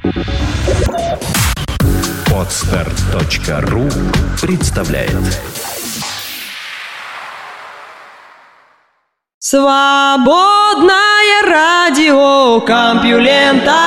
Podstart.ru представляет. Свободное радио Компьюлента.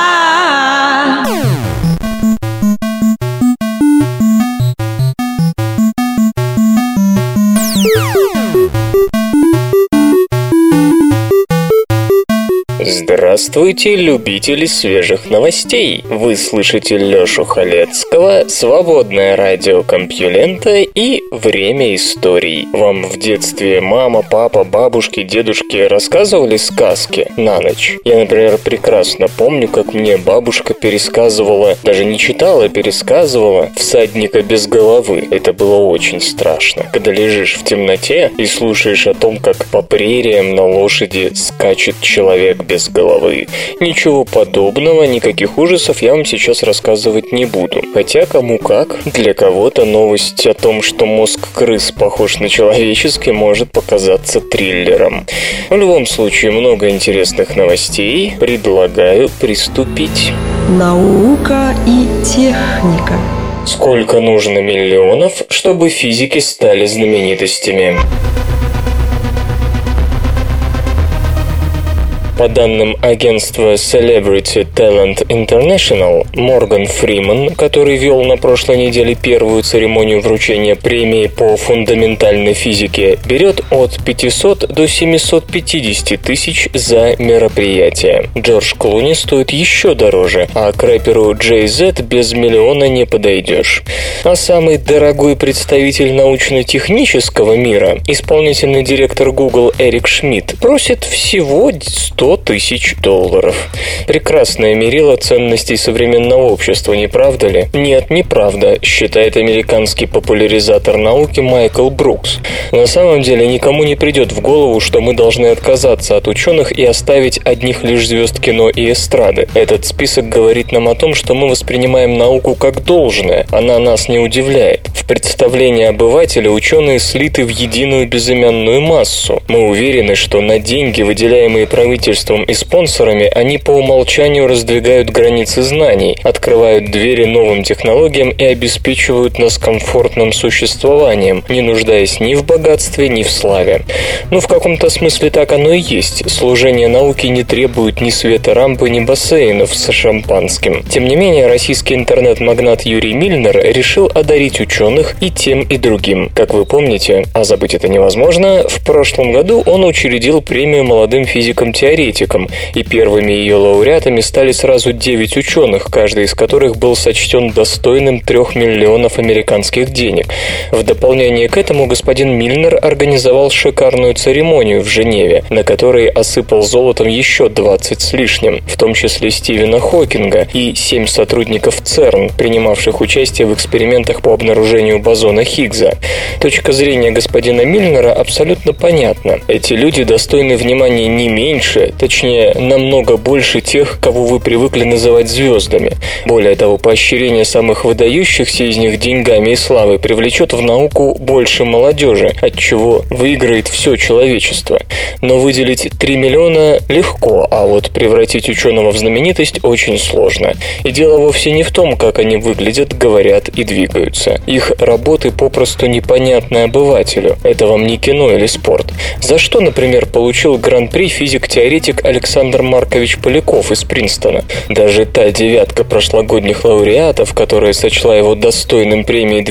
Здравствуйте, любители свежих новостей! Вы слышите Лёшу Халецкого, свободное радио Компьюлента и время историй. Вам в детстве мама, папа, бабушки, дедушки рассказывали сказки на ночь? Я, например, прекрасно помню, как мне бабушка пересказывала, даже не читала, а пересказывала «Всадника без головы». Это было очень страшно. Когда лежишь в темноте и слушаешь о том, как по прериям на лошади скачет человек без головы. Ничего подобного, никаких ужасов я вам сейчас рассказывать не буду. Хотя кому как, для кого-то новость о том, что мозг крыс похож на человеческий, может показаться триллером. В любом случае, много интересных новостей. Предлагаю приступить. Наука и техника. Сколько нужно миллионов, чтобы физики стали знаменитостями? По данным агентства Celebrity Talent International, Морган Фриман, который вел на прошлой неделе первую церемонию вручения премии по фундаментальной физике, берет от 500 до 750 тысяч за мероприятие. Джордж Клуни стоит еще дороже, а к рэперу Jay Z без миллиона не подойдешь. А самый дорогой представитель научно-технического мира, исполнительный директор Google Эрик Шмидт, просит всего $100 тысяч. Прекрасное мерило ценностей современного общества, не правда ли? Нет, неправда, считает американский популяризатор науки Майкл Брукс. На самом деле никому не придет в голову, что мы должны отказаться от ученых и оставить одних лишь звезд кино и эстрады. Этот список говорит нам о том, что мы воспринимаем науку как должное, она нас не удивляет. В представлении обывателя ученые слиты в единую безымянную массу. Мы уверены, что на деньги, выделяемые правительством и спонсорами, они по умолчанию раздвигают границы знаний, открывают двери новым технологиям и обеспечивают нас комфортным существованием, не нуждаясь ни в богатстве, ни в славе. В каком-то смысле так оно и есть. Служение науке не требует ни светорампы, ни бассейнов с шампанским. Тем не менее, российский интернет-магнат Юрий Мильнер решил одарить ученых и тем, и другим. Как вы помните, а забыть это невозможно, в прошлом году он учредил премию молодым физикам-теоретикам, и первыми ее лауреатами стали сразу 9 ученых, каждый из которых был сочтен достойным 3 миллионов американских денег. В дополнение к этому господин Мильнер организовал шикарную церемонию в Женеве, на которой осыпал золотом еще 20 с лишним, в том числе Стивена Хокинга и 7 сотрудников ЦЕРН, принимавших участие в экспериментах по обнаружению бозона Хиггса. Точка зрения господина Мильнера абсолютно понятна. Эти люди достойны внимания не меньше, точнее, намного больше тех, кого вы привыкли называть звездами. Более того, поощрение самых выдающихся из них деньгами и славой привлечет в науку больше молодежи, от чего выиграет все человечество. Но выделить 3 миллиона легко, а вот превратить ученого в знаменитость очень сложно. И дело вовсе не в том, как они выглядят, говорят и двигаются. Их работы попросту непонятны обывателю. Это вам не кино или спорт. За что, например, получил гран-при физик-теоретик Александр Маркович Поляков из Принстона. Даже та девятка прошлогодних лауреатов, которая сочла его достойным премии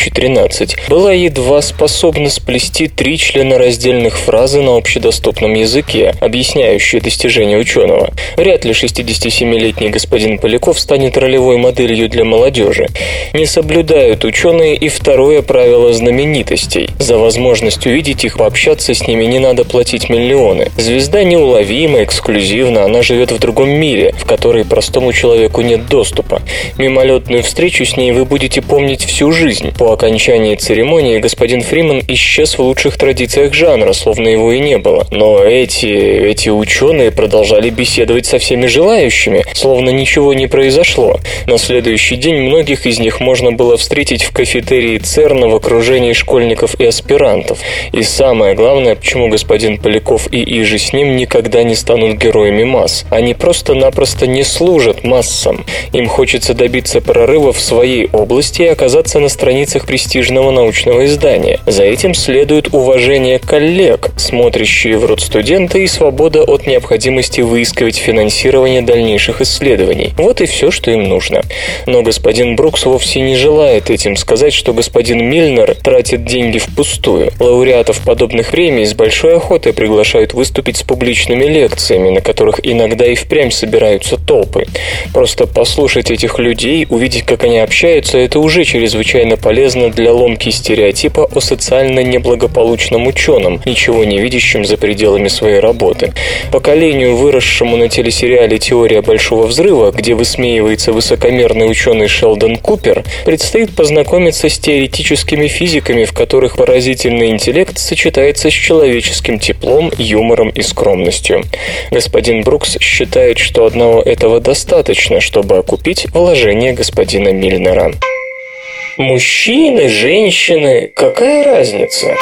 2013, была едва способна сплести 3 членораздельных фразы на общедоступном языке, объясняющие достижения ученого. Вряд ли 67-летний господин Поляков станет ролевой моделью для молодежи. Не соблюдают ученые и второе правило знаменитостей. За возможность увидеть их, пообщаться с ними не надо платить миллионы. Звезда неуловима, эксклюзивна, она живет в другом мире, в который простому человеку нет доступа. Мимолетную встречу с ней вы будете помнить всю жизнь. По окончании церемонии господин Фриман исчез в лучших традициях жанра, словно его и не было. Но эти ученые продолжали беседовать со всеми желающими, словно ничего не произошло. На следующий день многих из них можно было встретить в кафетерии ЦЕРНа в окружении школьников и аспирантов. И самое главное, почему господин Поляков и иже с ним никогда не станут героями масс. Они просто-напросто не служат массам. Им хочется добиться прорыва в своей области и оказаться на страницах престижного научного издания. За этим следует уважение коллег, смотрящие в рот студента, и свобода от необходимости выискивать финансирование дальнейших исследований. Вот и все, что им нужно. Но господин Брукс вовсе не желает этим сказать, что господин Мильнер тратит деньги впустую. Лауреатов подобных премий с большой охотой приглашают выступить с публичными лекциями, на которых иногда и впрямь собираются толпы. Просто послушать этих людей, увидеть, как они общаются, это уже чрезвычайно полезно для ломки стереотипа о социально неблагополучном ученом, ничего не видящем за пределами своей работы. Поколению, выросшему на телесериале «Теория Большого Взрыва», где высмеивается высокомерный ученый Шелдон Купер, предстоит познакомиться с теоретическими физиками, в которых поразительный интеллект сочетается с человеческим теплом, юмором и скромностью. Господин Брукс считает, что одного этого достаточно, чтобы окупить вложение господина Мильнера. Мужчины, женщины, какая разница?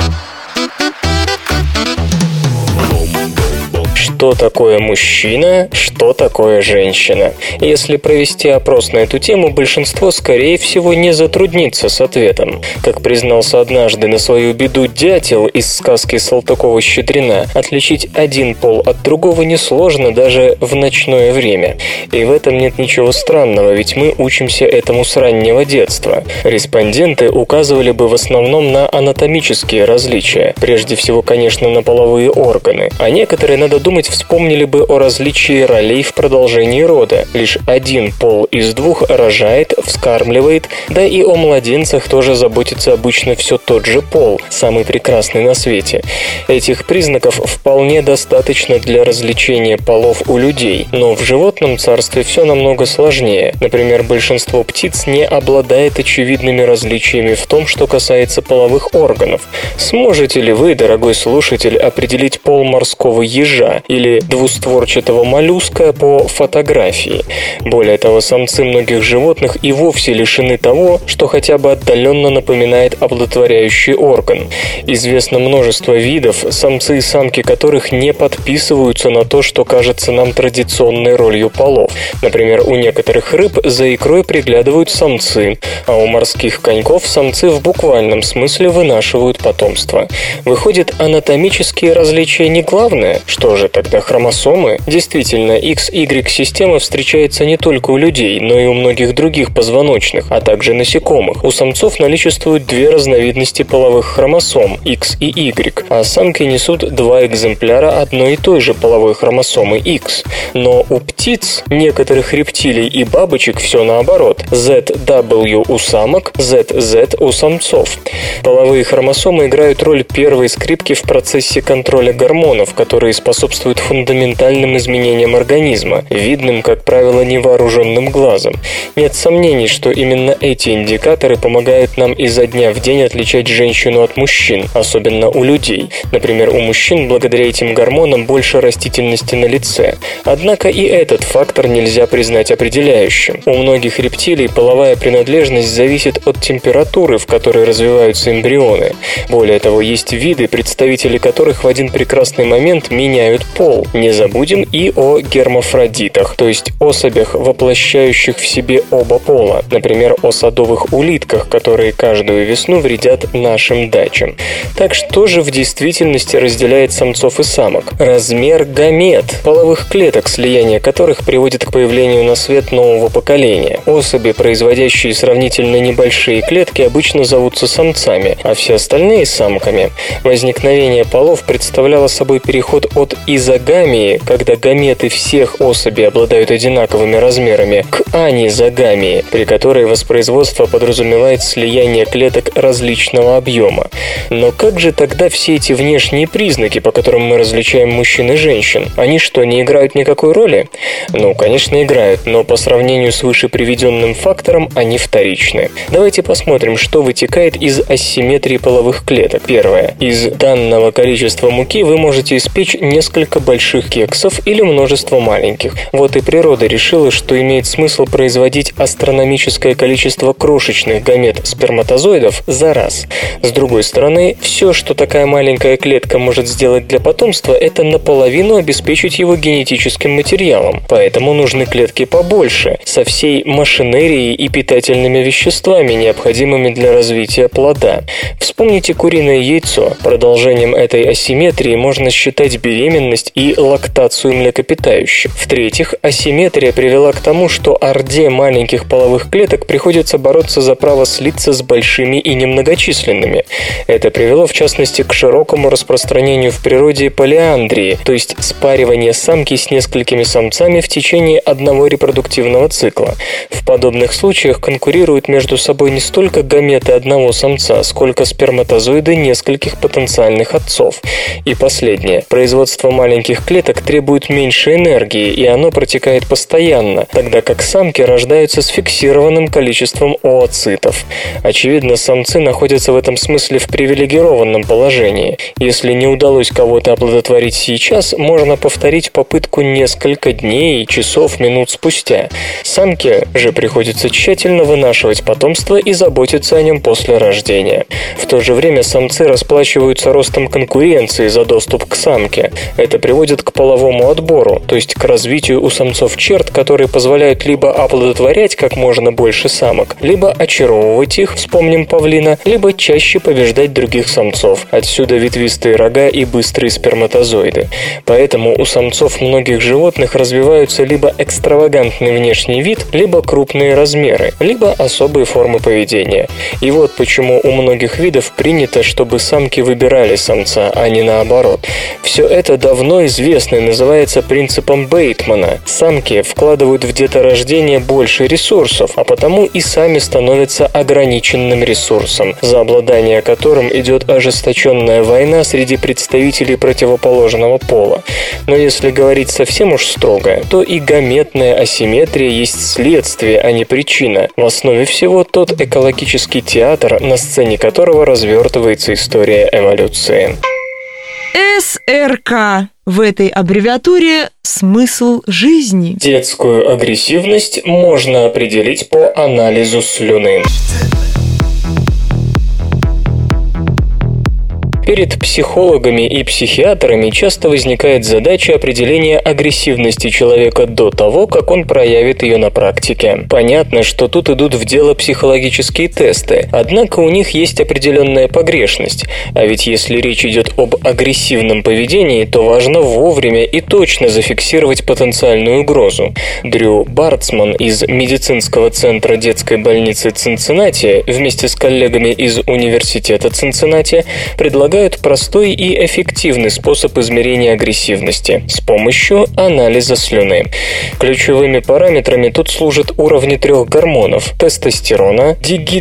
Что такое мужчина, что такое женщина? Если провести опрос на эту тему, большинство, скорее всего, не затруднится с ответом. Как признался однажды на свою беду дятел из сказки Салтыкова-Щедрина, отличить один пол от другого несложно даже в ночное время. И в этом нет ничего странного, ведь мы учимся этому с раннего детства. Респонденты указывали бы в основном на анатомические различия, прежде всего, конечно, на половые органы, а некоторые, надо думать, вспомнили бы о различии ролей в продолжении рода. Лишь один пол из двух рожает, вскармливает, да и о младенцах тоже заботится обычно все тот же пол, самый прекрасный на свете. Этих признаков вполне достаточно для различения полов у людей, но в животном царстве все намного сложнее. Например, большинство птиц не обладает очевидными различиями в том, что касается половых органов. Сможете ли вы, дорогой слушатель, определить пол морского ежа или двустворчатого моллюска по фотографии? Более того, самцы многих животных и вовсе лишены того, что хотя бы отдаленно напоминает оплодотворяющий орган. Известно множество видов, самцы и самки которых не подписываются на то, что кажется нам традиционной ролью полов. Например, у некоторых рыб за икрой приглядывают самцы, а у морских коньков самцы в буквальном смысле вынашивают потомство. Выходит, анатомические различия не главное? Что же тогда хромосомы? Действительно, XY-система встречается не только у людей, но и у многих других позвоночных, а также насекомых. У самцов наличествуют две разновидности половых хромосом – X и Y, а самки несут два экземпляра одной и той же половой хромосомы X. Но у птиц, некоторых рептилий и бабочек все наоборот – ZW у самок, ZZ у самцов. Половые хромосомы играют роль первой скрипки в процессе контроля гормонов, которые способствуют фундаментальным изменениям организма, видным, как правило, невооруженным глазом. Нет сомнений, что именно эти индикаторы помогают нам изо дня в день отличать женщину от мужчин, особенно у людей. Например, у мужчин благодаря этим гормонам больше растительности на лице. Однако и этот фактор нельзя признать определяющим. У многих рептилий половая принадлежность зависит от температуры, в которой развиваются эмбрионы. Более того, есть виды, представители которых в один прекрасный момент меняют пол. Не забудем и о гермафродитах, то есть особях, воплощающих в себе оба пола. Например, о садовых улитках, которые каждую весну вредят нашим дачам. Так что же в действительности разделяет самцов и самок? Размер гамет, половых клеток, слияние которых приводит к появлению на свет нового поколения. Особи, производящие сравнительно небольшие клетки, обычно зовутся самцами, а все остальные – самками. Возникновение полов представляло собой переход от изогамии, когда гаметы всех особей обладают одинаковыми размерами, к анизогамии, при которой воспроизводство подразумевает слияние клеток различного объема. Но как же тогда все эти внешние признаки, по которым мы различаем мужчин и женщин? Они что, не играют никакой роли? Ну, конечно, играют, но по сравнению с выше приведенным фактором они вторичны. Давайте посмотрим, что вытекает из асимметрии половых клеток. Первое. Из данного количества муки вы можете испечь несколько несколько больших кексов или множество маленьких. Вот и природа решила, что имеет смысл производить астрономическое количество крошечных гамет сперматозоидов за раз. С другой стороны, все, что такая маленькая клетка может сделать для потомства, это наполовину обеспечить его генетическим материалом. Поэтому нужны клетки побольше, со всей машинерией и питательными веществами, необходимыми для развития плода. Вспомните куриное яйцо. Продолжением этой асимметрии можно считать беременность и лактацию млекопитающих. В-третьих, асимметрия привела к тому, что орде маленьких половых клеток приходится бороться за право слиться с большими и немногочисленными. Это привело, в частности, к широкому распространению в природе полиандрии, то есть спаривания самки с несколькими самцами в течение одного репродуктивного цикла. В подобных случаях конкурируют между собой не столько гаметы одного самца, сколько сперматозоиды нескольких потенциальных отцов. И последнее. Производство маленьких клеток требует меньше энергии, и оно протекает постоянно, тогда как самки рождаются с фиксированным количеством ooцитов. Очевидно, самцы находятся в этом смысле в привилегированном положении. Если не удалось кого-то оплодотворить сейчас, можно повторить попытку несколько дней, часов, минут спустя. Самке же приходится тщательно вынашивать потомство и заботиться о нем после рождения. В то же время самцы расплачиваются ростом конкуренции за доступ к самке. Это приводит к половому отбору, то есть к развитию у самцов черт, которые позволяют либо оплодотворять как можно больше самок, либо очаровывать их, вспомним павлина, либо чаще побеждать других самцов. Отсюда ветвистые рога и быстрые сперматозоиды. Поэтому у самцов многих животных развиваются либо экстравагантный внешний вид, либо крупные размеры, либо особые формы поведения. И вот почему у многих видов принято, чтобы самки выбирали самца, а не наоборот. Все это давно известно и называется принципом Бейтмана. Самки вкладывают в деторождение больше ресурсов, а потому и сами становятся ограниченным ресурсом, за обладание которым идет ожесточенная война среди представителей противоположного пола. Но если говорить совсем уж строго, то и гаметная асимметрия есть следствие, а не причина. В основе всего тот экологический театр, на сцене которого развертывается история эволюции. СРК. В этой аббревиатуре смысл жизни. Детскую агрессивность можно определить по анализу слюны. Перед психологами и психиатрами часто возникает задача определения агрессивности человека до того, как он проявит ее на практике. Понятно, что тут идут в дело психологические тесты, однако у них есть определенная погрешность. А ведь если речь идет об агрессивном поведении, то важно вовремя и точно зафиксировать потенциальную угрозу. Дрю Бартсман из медицинского центра детской больницы Цинциннати вместе с коллегами из университета Цинциннати предлагают простой и эффективный способ измерения агрессивности с помощью анализа слюны. Ключевыми параметрами тут служат уровни 3 гормонов – тестостерона,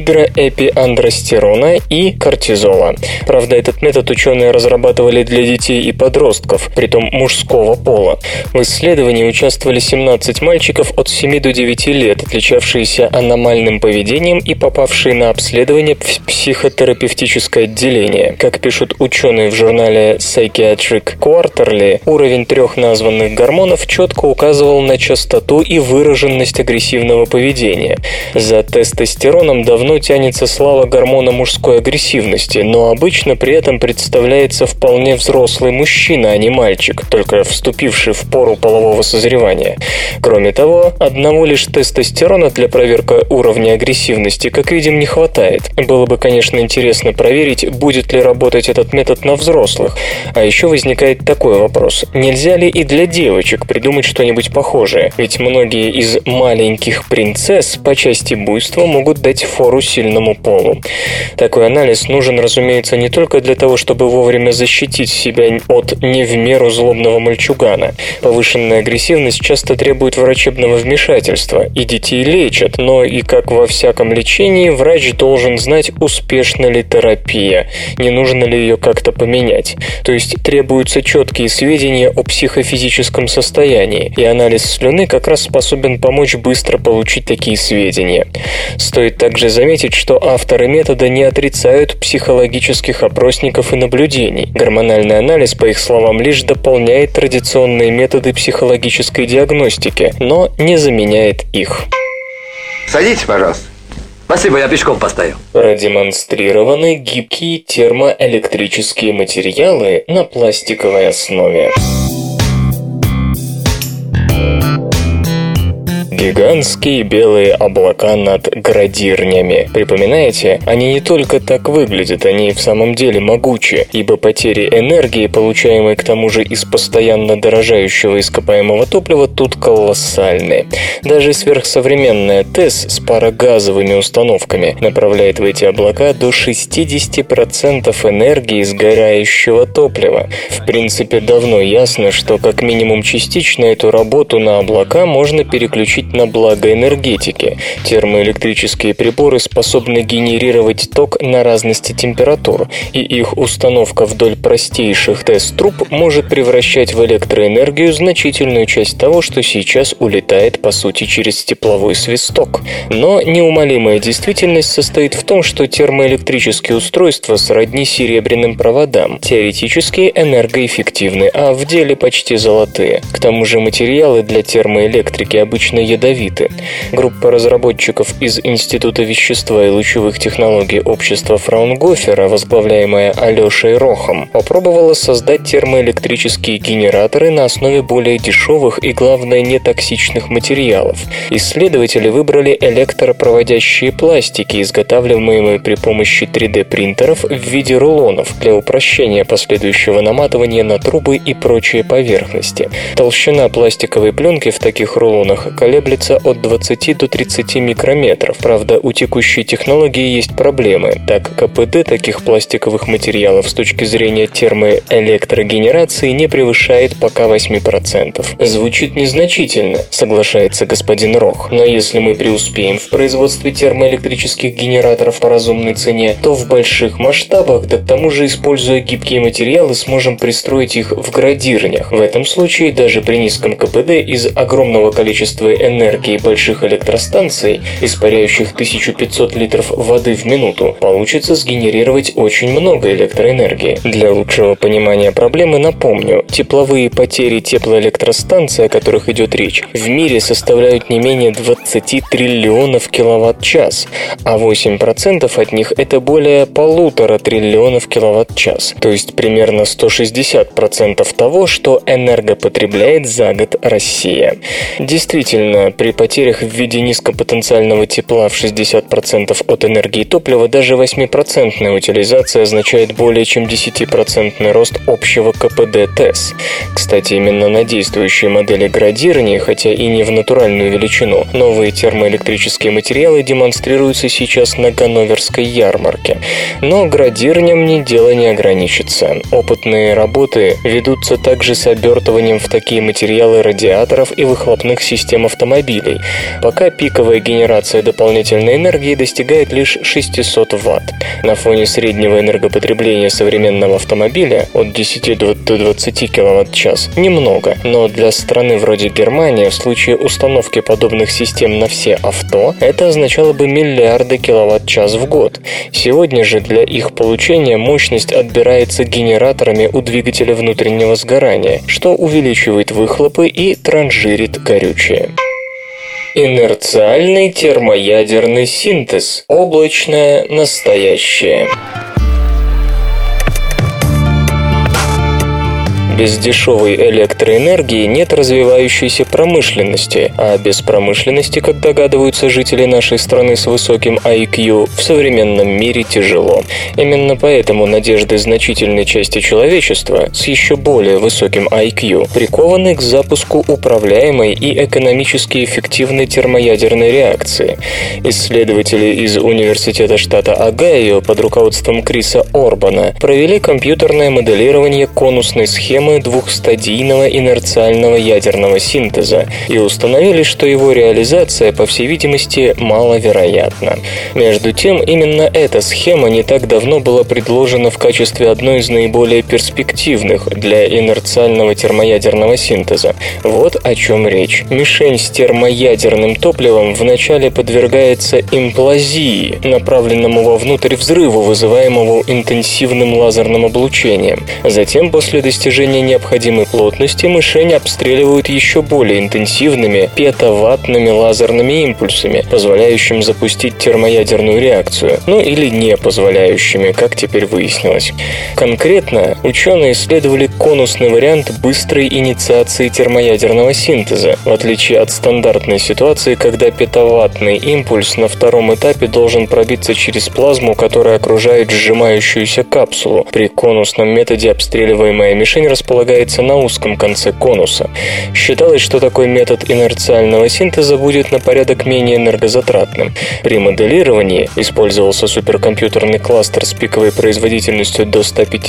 дигидроэпиандростерона и кортизола. Правда, этот метод ученые разрабатывали для детей и подростков, притом мужского пола. В исследовании участвовали 17 мальчиков от 7 до 9 лет, отличавшиеся аномальным поведением и попавшие на обследование в психотерапевтическое отделение. Как пишут ученые в журнале Psychiatric Quarterly, уровень 3 названных гормонов четко указывал на частоту и выраженность агрессивного поведения. За тестостероном давно тянется слава гормона мужской агрессивности, но обычно при этом представляется вполне взрослый мужчина, а не мальчик, только вступивший в пору полового созревания. Кроме того, одного лишь тестостерона для проверки уровня агрессивности, как видим, не хватает. Было бы, конечно, интересно проверить, будет ли работать этот метод на взрослых. А еще возникает такой вопрос. Нельзя ли и для девочек придумать что-нибудь похожее? Ведь многие из маленьких принцесс по части буйства могут дать фору сильному полу. Такой анализ нужен, разумеется, не только для того, чтобы вовремя защитить себя от не в меру злобного мальчугана. Повышенная агрессивность часто требует врачебного вмешательства, и детей лечат, но и, как во всяком лечении, врач должен знать, успешна ли терапия, не нужно ли ее как-то поменять. То есть требуются четкие сведения о психофизическом состоянии, и анализ слюны как раз способен помочь быстро получить такие сведения. Стоит также заметить, что авторы метода не отрицают психологических опросников и наблюдений. Гормональный анализ, по их словам, лишь дополняет традиционные методы психологической диагностики, но не заменяет их. Садитесь, пожалуйста. Спасибо, я пешком постою. Продемонстрированы гибкие термоэлектрические материалы на пластиковой основе. Гигантские белые облака над градирнями. Припоминаете? Они не только так выглядят, они в самом деле могучи, ибо потери энергии, получаемой к тому же из постоянно дорожающего ископаемого топлива, тут колоссальны. Даже сверхсовременная ТЭС с парогазовыми установками направляет в эти облака до 60% энергии сгорающего топлива. В принципе, давно ясно, что как минимум частично эту работу на облака можно переключить на благо энергетики. Термоэлектрические приборы способны генерировать ток на разности температур, и их установка вдоль простейших ТЭС-труб может превращать в электроэнергию значительную часть того, что сейчас улетает, по сути, через тепловой свисток. Но неумолимая действительность состоит в том, что термоэлектрические устройства сродни серебряным проводам. Теоретически энергоэффективны, а в деле почти золотые. К тому же материалы для термоэлектрики обычно ядовиты. Группа разработчиков из Института вещества и лучевых технологий общества Фраунгофера, возглавляемая Алешей Рохом, попробовала создать термоэлектрические генераторы на основе более дешевых и, главное, нетоксичных материалов. Исследователи выбрали электропроводящие пластики, изготавливаемые при помощи 3D-принтеров в виде рулонов для упрощения последующего наматывания на трубы и прочие поверхности. Толщина пластиковой пленки в таких рулонах колеблется от 20 до 30 микрометров. Правда, у текущей технологии есть проблемы. Так, КПД таких пластиковых материалов с точки зрения термоэлектрогенерации не превышает пока 8%. Звучит незначительно, соглашается господин Рох. Но если мы преуспеем в производстве термоэлектрических генераторов по разумной цене, то в больших масштабах, да к тому же используя гибкие материалы, сможем пристроить их в градирнях. В этом случае даже при низком КПД из огромного количества энергии больших электростанций, испаряющих 1500 литров воды в минуту, получится сгенерировать очень много электроэнергии. Для лучшего понимания проблемы напомню, тепловые потери теплоэлектростанций, о которых идет речь, в мире составляют не менее 20 триллионов киловатт-час, а 8% от них это более 1,5 триллионов киловатт-час, то есть примерно 160% того, что энергопотребляет за год Россия. Действительно, при потерях в виде низкопотенциального тепла в 60% от энергии топлива даже 8% утилизация означает более чем 10% рост общего КПД ТЭС. Кстати, именно на действующей модели градирования, хотя и не в натуральную величину, новые термоэлектрические материалы демонстрируются сейчас на Ганноверской ярмарке. Но градированием дело не ограничится. Опытные работы ведутся также с обертыванием в такие материалы радиаторов и выхлопных систем автомобилей. Пока пиковая генерация дополнительной энергии достигает лишь 600 Вт. На фоне среднего энергопотребления современного автомобиля от 10 до 20 кВт-час немного, но для страны вроде Германии в случае установки подобных систем на все авто это означало бы миллиарды киловатт-час в год. Сегодня же для их получения мощность отбирается генераторами у двигателя внутреннего сгорания, что увеличивает выхлопы и транжирит горючее. Инерциальный термоядерный синтез. Облачное настоящее. Без дешевой электроэнергии нет развивающейся промышленности, а без промышленности, как догадываются жители нашей страны с высоким IQ, в современном мире тяжело. Именно поэтому надежды значительной части человечества с еще более высоким IQ прикованы к запуску управляемой и экономически эффективной термоядерной реакции. Исследователи из университета штата Огайо под руководством Криса Орбана провели компьютерное моделирование конусной схемы схемы двухстадийного инерциального ядерного синтеза и установили, что его реализация, по всей видимости, маловероятна. Между тем, именно эта схема не так давно была предложена в качестве одной из наиболее перспективных для инерциального термоядерного синтеза. Вот о чем речь. Мишень с термоядерным топливом вначале подвергается имплозии, направленному вовнутрь взрыву, вызываемому интенсивным лазерным облучением. Затем, после достижения необходимой плотности, мишень обстреливают еще более интенсивными петаваттными лазерными импульсами, позволяющими запустить термоядерную реакцию, ну или не позволяющими, как теперь выяснилось. Конкретно, ученые исследовали конусный вариант быстрой инициации термоядерного синтеза, в отличие от стандартной ситуации, когда петаваттный импульс на втором этапе должен пробиться через плазму, которая окружает сжимающуюся капсулу. При конусном методе обстреливаемая мишень располагается на узком конце конуса. Считалось, что такой метод инерциального синтеза будет на порядок менее энергозатратным. При моделировании использовался суперкомпьютерный кластер с пиковой производительностью до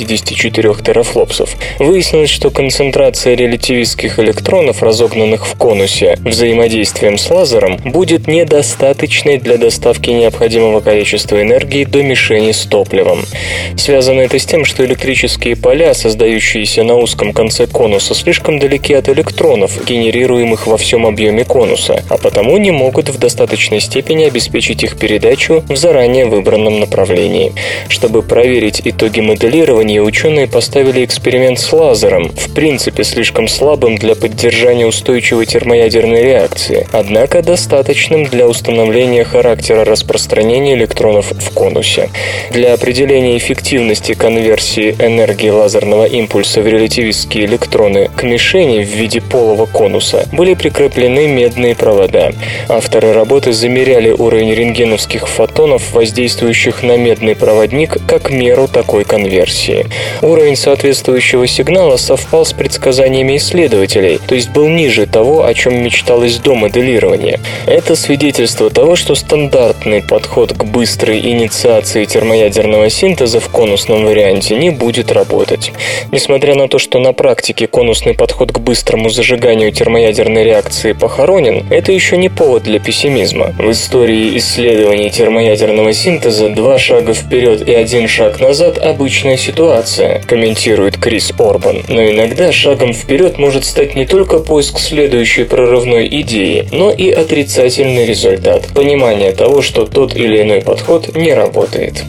154 терафлопсов. Выяснилось, что концентрация релятивистских электронов, разогнанных в конусе, взаимодействием с лазером, будет недостаточной для доставки необходимого количества энергии до мишени с топливом. Связано это с тем, что электрические поля, создающиеся на узком конце конуса, слишком далеки от электронов, генерируемых во всем объеме конуса, а потому не могут в достаточной степени обеспечить их передачу в заранее выбранном направлении. Чтобы проверить итоги моделирования, ученые поставили эксперимент с лазером, в принципе слишком слабым для поддержания устойчивой термоядерной реакции, однако достаточным для установления характера распространения электронов в конусе. Для определения эффективности конверсии энергии лазерного импульса в релятивистские электроны к мишени в виде полого конуса были прикреплены медные провода. Авторы работы замеряли уровень рентгеновских фотонов, воздействующих на медный проводник, как меру такой конверсии. Уровень соответствующего сигнала совпал с предсказаниями исследователей, то есть был ниже того, о чем мечталось до моделирования. Это свидетельство того, что стандартный подход к быстрой инициации термоядерного синтеза в конусном варианте не будет работать. Несмотря на то, что на практике конусный подход к быстрому зажиганию термоядерной реакции похоронен, это еще не повод для пессимизма. В истории исследований термоядерного синтеза 2 шага вперед и 1 шаг назад – обычная ситуация, комментирует Крис Орбан. Но иногда шагом вперед может стать не только поиск следующей прорывной идеи, но и отрицательный результат – понимание того, что тот или иной подход не работает.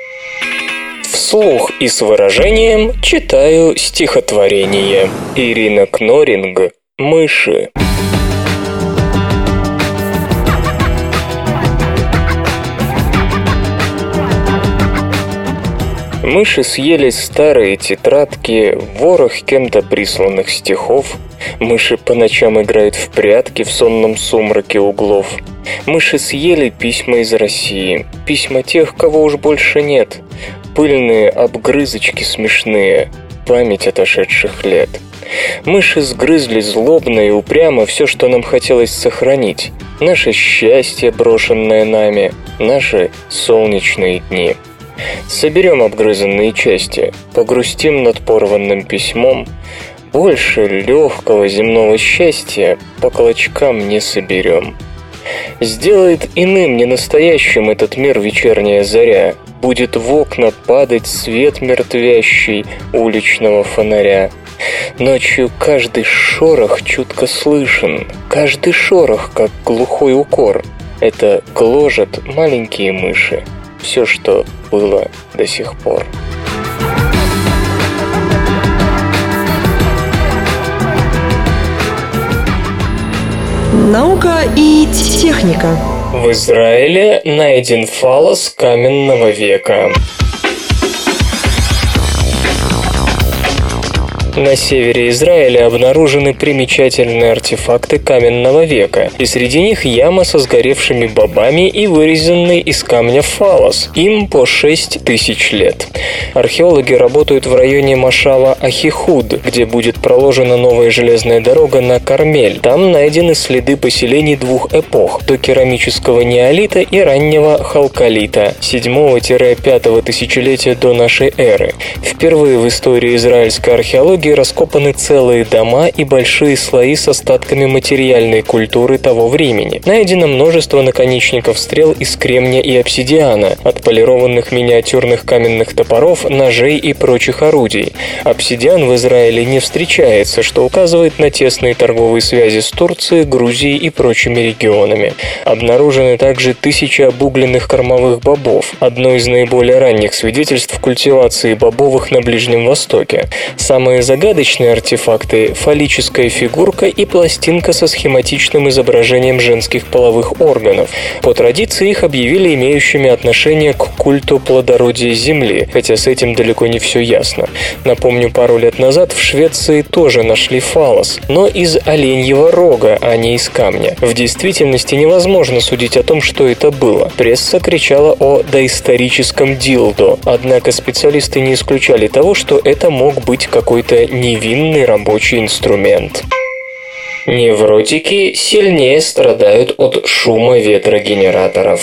Вслух и с выражением читаю стихотворение. Ирина Кноринг. «Мыши». Мыши съели старые тетрадки, ворох кем-то присланных стихов. Мыши по ночам играют в прятки в сонном сумраке углов. Мыши съели письма из России, письма тех, кого уж больше нет. Пыльные обгрызочки смешные, память отошедших лет. Мыши сгрызли злобно и упрямо все, что нам хотелось сохранить. Наше счастье, брошенное нами, наши солнечные дни. Соберем обгрызанные части, погрустим над порванным письмом. Больше легкого земного счастья по клочкам не соберем. Сделает иным, ненастоящим этот мир вечерняя заря. Будет в окна падать свет мертвящий уличного фонаря. Ночью каждый шорох чутко слышен, каждый шорох, как глухой укор. Это гложат маленькие мыши. Все, что было до сих пор. Наука и техника. В Израиле найден фаллос каменного века. На севере Израиля обнаружены примечательные артефакты каменного века, и среди них яма со сгоревшими бобами и вырезанный из камня фаллос. Им по 6000 лет. Археологи работают в районе Машава Ахихуд, где будет проложена новая железная дорога на Кармель. Там найдены следы поселений 2 эпох – докерамического неолита и раннего халколита 7-5 тысячелетия до нашей эры. Впервые в истории израильской археологии археологии раскопаны целые дома и большие слои с остатками материальной культуры того времени. Найдено множество наконечников стрел из кремния и обсидиана, отполированных миниатюрных каменных топоров, ножей и прочих орудий. Обсидиан в Израиле не встречается, что указывает на тесные торговые связи с Турцией, Грузией и прочими регионами. Обнаружены также тысячи обугленных кормовых бобов, одно из наиболее ранних свидетельств культивации бобовых на Ближнем Востоке. Самые загадочные артефакты – фаллическая фигурка и пластинка со схематичным изображением женских половых органов. По традиции их объявили имеющими отношение к культу плодородия Земли, хотя с этим далеко не все ясно. Напомню, пару лет назад в Швеции тоже нашли фаллос, но из оленьего рога, а не из камня. В действительности невозможно судить о том, что это было. Пресса кричала о доисторическом дилдо, однако специалисты не исключали того, что это мог быть какой-то невинный рабочий инструмент. Невротики сильнее страдают от шума ветрогенераторов.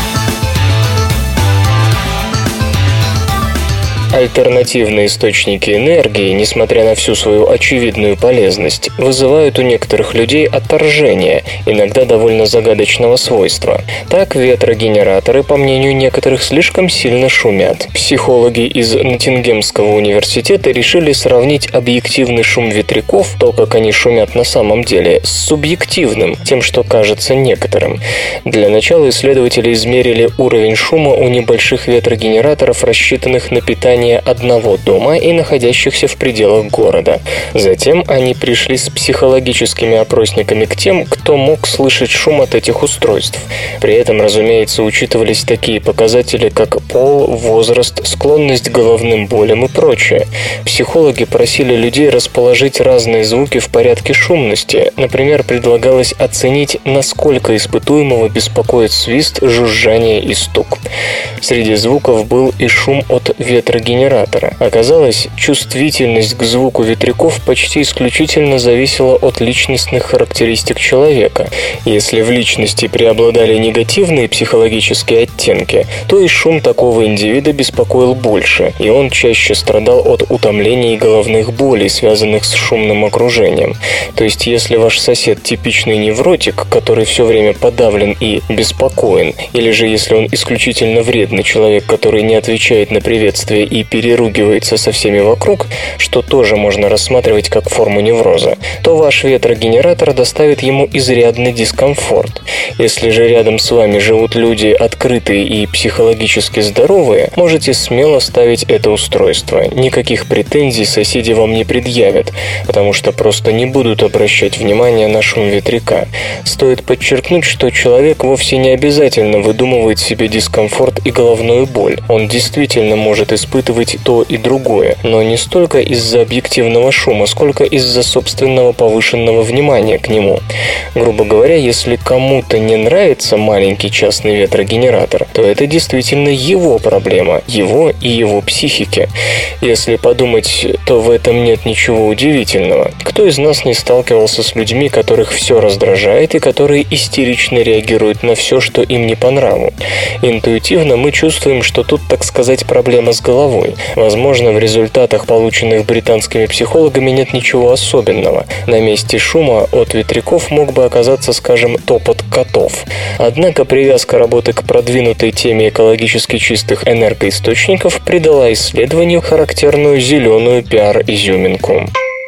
Альтернативные источники энергии, несмотря на всю свою очевидную полезность, вызывают у некоторых людей отторжение, иногда довольно загадочного свойства. Так, ветрогенераторы, по мнению некоторых, слишком сильно шумят. Психологи из Ноттингемского университета решили сравнить объективный шум ветряков, то, как они шумят на самом деле, с субъективным, тем, что кажется некоторым. Для начала исследователи измерили уровень шума у небольших ветрогенераторов, рассчитанных на питание одного дома и находящихся в пределах города. Затем они пришли с психологическими опросниками к тем, кто мог слышать шум от этих устройств. При этом, разумеется, учитывались такие показатели, как пол, возраст, склонность к головным болям и прочее. Психологи просили людей расположить разные звуки в порядке шумности. Например, предлагалось оценить, насколько испытуемого беспокоит свист, жужжание и стук. Среди звуков был и шум от ветрогенератора. Оказалось, чувствительность к звуку ветряков почти исключительно зависела от личностных характеристик человека. Если в личности преобладали негативные психологические оттенки, то и шум такого индивида беспокоил больше, и он чаще страдал от утомления и головных болей, связанных с шумным окружением. То есть, если ваш сосед типичный невротик, который все время подавлен и беспокоен, или же если он исключительно вредный человек, который не отвечает на приветствие и переругивается со всеми вокруг, что тоже можно рассматривать как форму невроза, то ваш ветрогенератор доставит ему изрядный дискомфорт. Если же рядом с вами живут люди открытые и психологически здоровые, можете смело ставить это устройство. Никаких претензий соседи вам не предъявят, потому что просто не будут обращать внимание на шум ветряка. Стоит подчеркнуть, что человек вовсе не обязательно выдумывает себе дискомфорт и головную боль. Он действительно может испытывать то и другое, но не столько из-за объективного шума, сколько из-за собственного повышенного внимания к нему. Грубо говоря, если кому-то не нравится маленький частный ветрогенератор, то это действительно его проблема, его и его психики. Если подумать, то в этом нет ничего удивительного. Кто из нас не сталкивался с людьми, которых все раздражает и которые истерично реагируют на все, что им не по нраву? Интуитивно мы чувствуем, что тут, так сказать, проблема с головой. Возможно, в результатах, полученных британскими психологами, нет ничего особенного. На месте шума от ветряков мог бы оказаться, скажем, топот котов. Однако привязка работы к продвинутой теме экологически чистых энергоисточников придала исследованию характерную зеленую пиар-изюминку.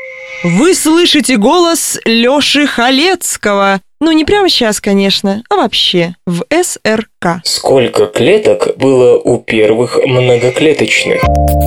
Вы слышите голос Лёши Халецкого. Ну, не прямо сейчас, конечно, а вообще, в СРК. Сколько клеток было у первых многоклеточных?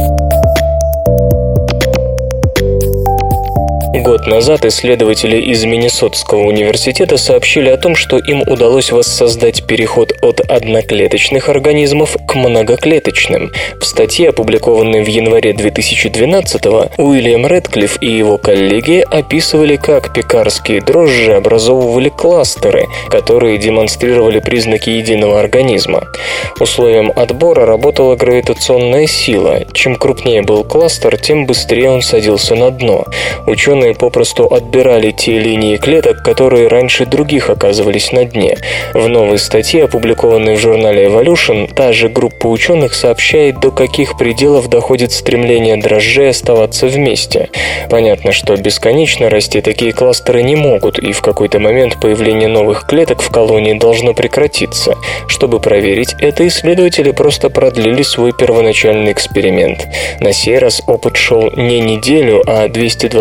Год назад исследователи из Миннесотского университета сообщили о том, что им удалось воссоздать переход от одноклеточных организмов к многоклеточным. В статье, опубликованной в январе 2012-го, Уильям Рэдклифф и его коллеги описывали, как пекарские дрожжи образовывали кластеры, которые демонстрировали признаки единого организма. Условием отбора работала гравитационная сила. Чем крупнее был кластер, тем быстрее он садился на дно. Ученые попросту отбирали те линии клеток, которые раньше других оказывались на дне. В новой статье, опубликованной в журнале Evolution, та же группа ученых сообщает, до каких пределов доходит стремление дрожжей оставаться вместе. Понятно, что бесконечно расти такие кластеры не могут, и в какой-то момент появление новых клеток в колонии должно прекратиться. Чтобы проверить это, исследователи просто продлили свой первоначальный эксперимент. На сей раз опыт шел не неделю, а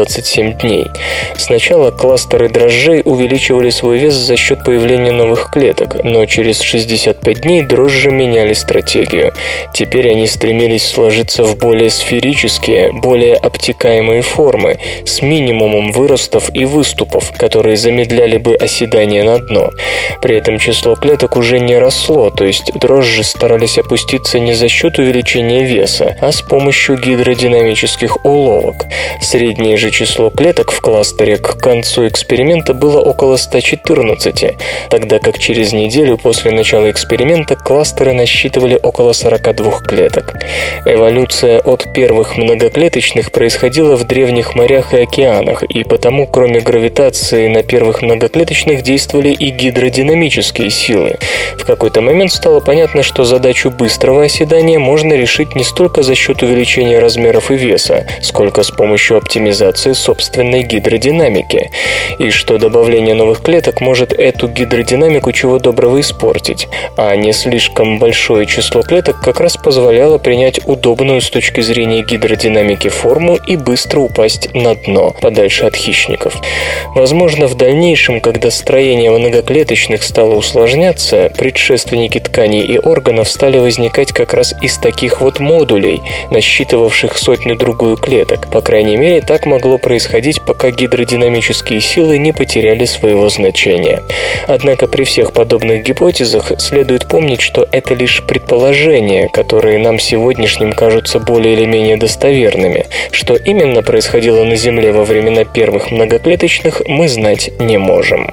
227 дней. Сначала кластеры дрожжей увеличивали свой вес за счет появления новых клеток, но через 65 дней дрожжи меняли стратегию. Теперь они стремились сложиться в более сферические, более обтекаемые формы, с минимумом выростов и выступов, которые замедляли бы оседание на дно. При этом число клеток уже не росло, то есть дрожжи старались опуститься не за счет увеличения веса, а с помощью гидродинамических уловок. Среднее же число клеток в кластере к концу эксперимента было около 114, тогда как через неделю после начала эксперимента кластеры насчитывали около 42 клеток. Эволюция от первых многоклеточных происходила в древних морях и океанах, и потому, кроме гравитации, на первых многоклеточных действовали и гидродинамические силы. В какой-то момент стало понятно, что задачу быстрого оседания можно решить не столько за счет увеличения размеров и веса, сколько с помощью оптимизации собственной гидродинамики, и что добавление новых клеток может эту гидродинамику чего доброго испортить, а не слишком большое число клеток как раз позволяло принять удобную с точки зрения гидродинамики форму и быстро упасть на дно, подальше от хищников. Возможно, в дальнейшем, когда строение многоклеточных стало усложняться, предшественники тканей и органов стали возникать как раз из таких вот модулей, насчитывавших сотню-другую клеток. По крайней мере, так могло происходить, пока гидродинамические силы не потеряли своего значения. Однако при всех подобных гипотезах следует помнить, что это лишь предположения, которые нам сегодняшним кажутся более или менее достоверными. Что именно происходило на Земле во времена первых многоклеточных, мы знать не можем.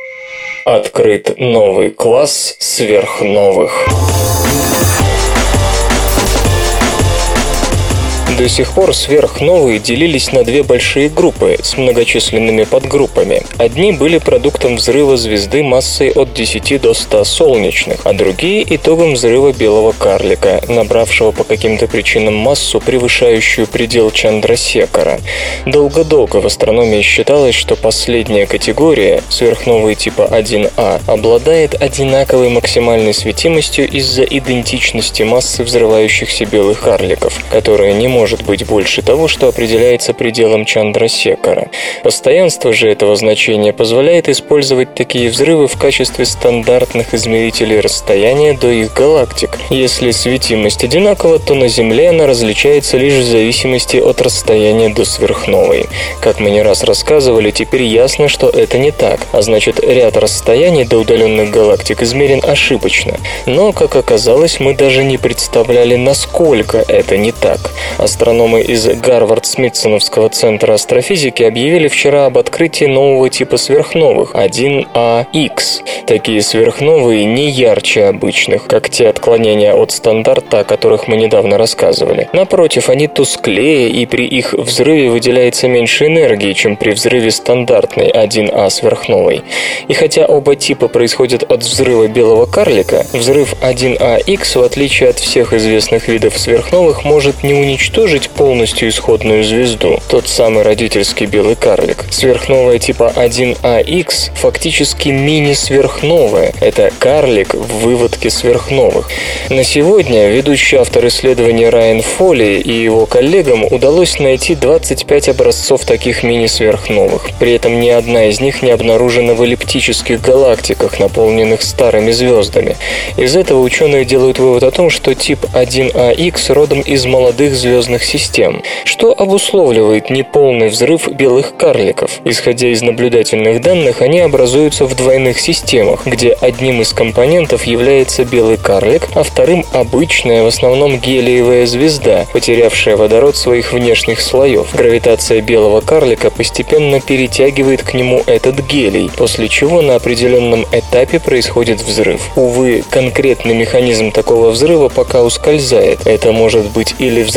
Открыт новый класс сверхновых. До сих пор сверхновые делились на две большие группы с многочисленными подгруппами. Одни были продуктом взрыва звезды массой от 10 до 100 солнечных, а другие – итогом взрыва белого карлика, набравшего по каким-то причинам массу, превышающую предел Чандрасекара. Долго-долго в астрономии считалось, что последняя категория, сверхновые типа 1А, обладает одинаковой максимальной светимостью из-за идентичности массы взрывающихся белых карликов, которая не может быть больше того, что определяется пределом Чандрасекара. Постоянство же этого значения позволяет использовать такие взрывы в качестве стандартных измерителей расстояния до их галактик. Если светимость одинакова, то на Земле она различается лишь в зависимости от расстояния до сверхновой. Как мы не раз рассказывали, теперь ясно, что это не так, а значит, ряд расстояний до удаленных галактик измерен ошибочно. Но, как оказалось, мы даже не представляли, насколько это не так. Астрономы из Гарвард-Смитсоновского центра астрофизики объявили вчера об открытии нового типа сверхновых 1AX. Такие сверхновые не ярче обычных, как те отклонения от стандарта, о которых мы недавно рассказывали. Напротив, они тусклее, и при их взрыве выделяется меньше энергии, чем при взрыве стандартной 1А сверхновой. И хотя оба типа происходят от взрыва белого карлика, взрыв 1AX, в отличие от всех известных видов сверхновых, может не уничтожить полностью исходную звезду, тот самый родительский белый карлик. Сверхновая типа 1AX фактически мини-сверхновая. Это карлик в выводке сверхновых. На сегодня ведущий автор исследования Райан Фолли и его коллегам удалось найти 25 образцов таких мини-сверхновых. При этом ни одна из них не обнаружена в эллиптических галактиках, наполненных старыми звездами. Из этого ученые делают вывод о том, что тип 1AX родом из молодых звездных систем, что обусловливает неполный взрыв белых карликов. Исходя из наблюдательных данных, они образуются в двойных системах, где одним из компонентов является белый карлик, а вторым обычная, в основном гелиевая звезда, потерявшая водород своих внешних слоев. Гравитация белого карлика постепенно перетягивает к нему этот гелий, после чего на определенном этапе происходит взрыв. Увы, конкретный механизм такого взрыва пока ускользает. Это может быть или взрыв наружу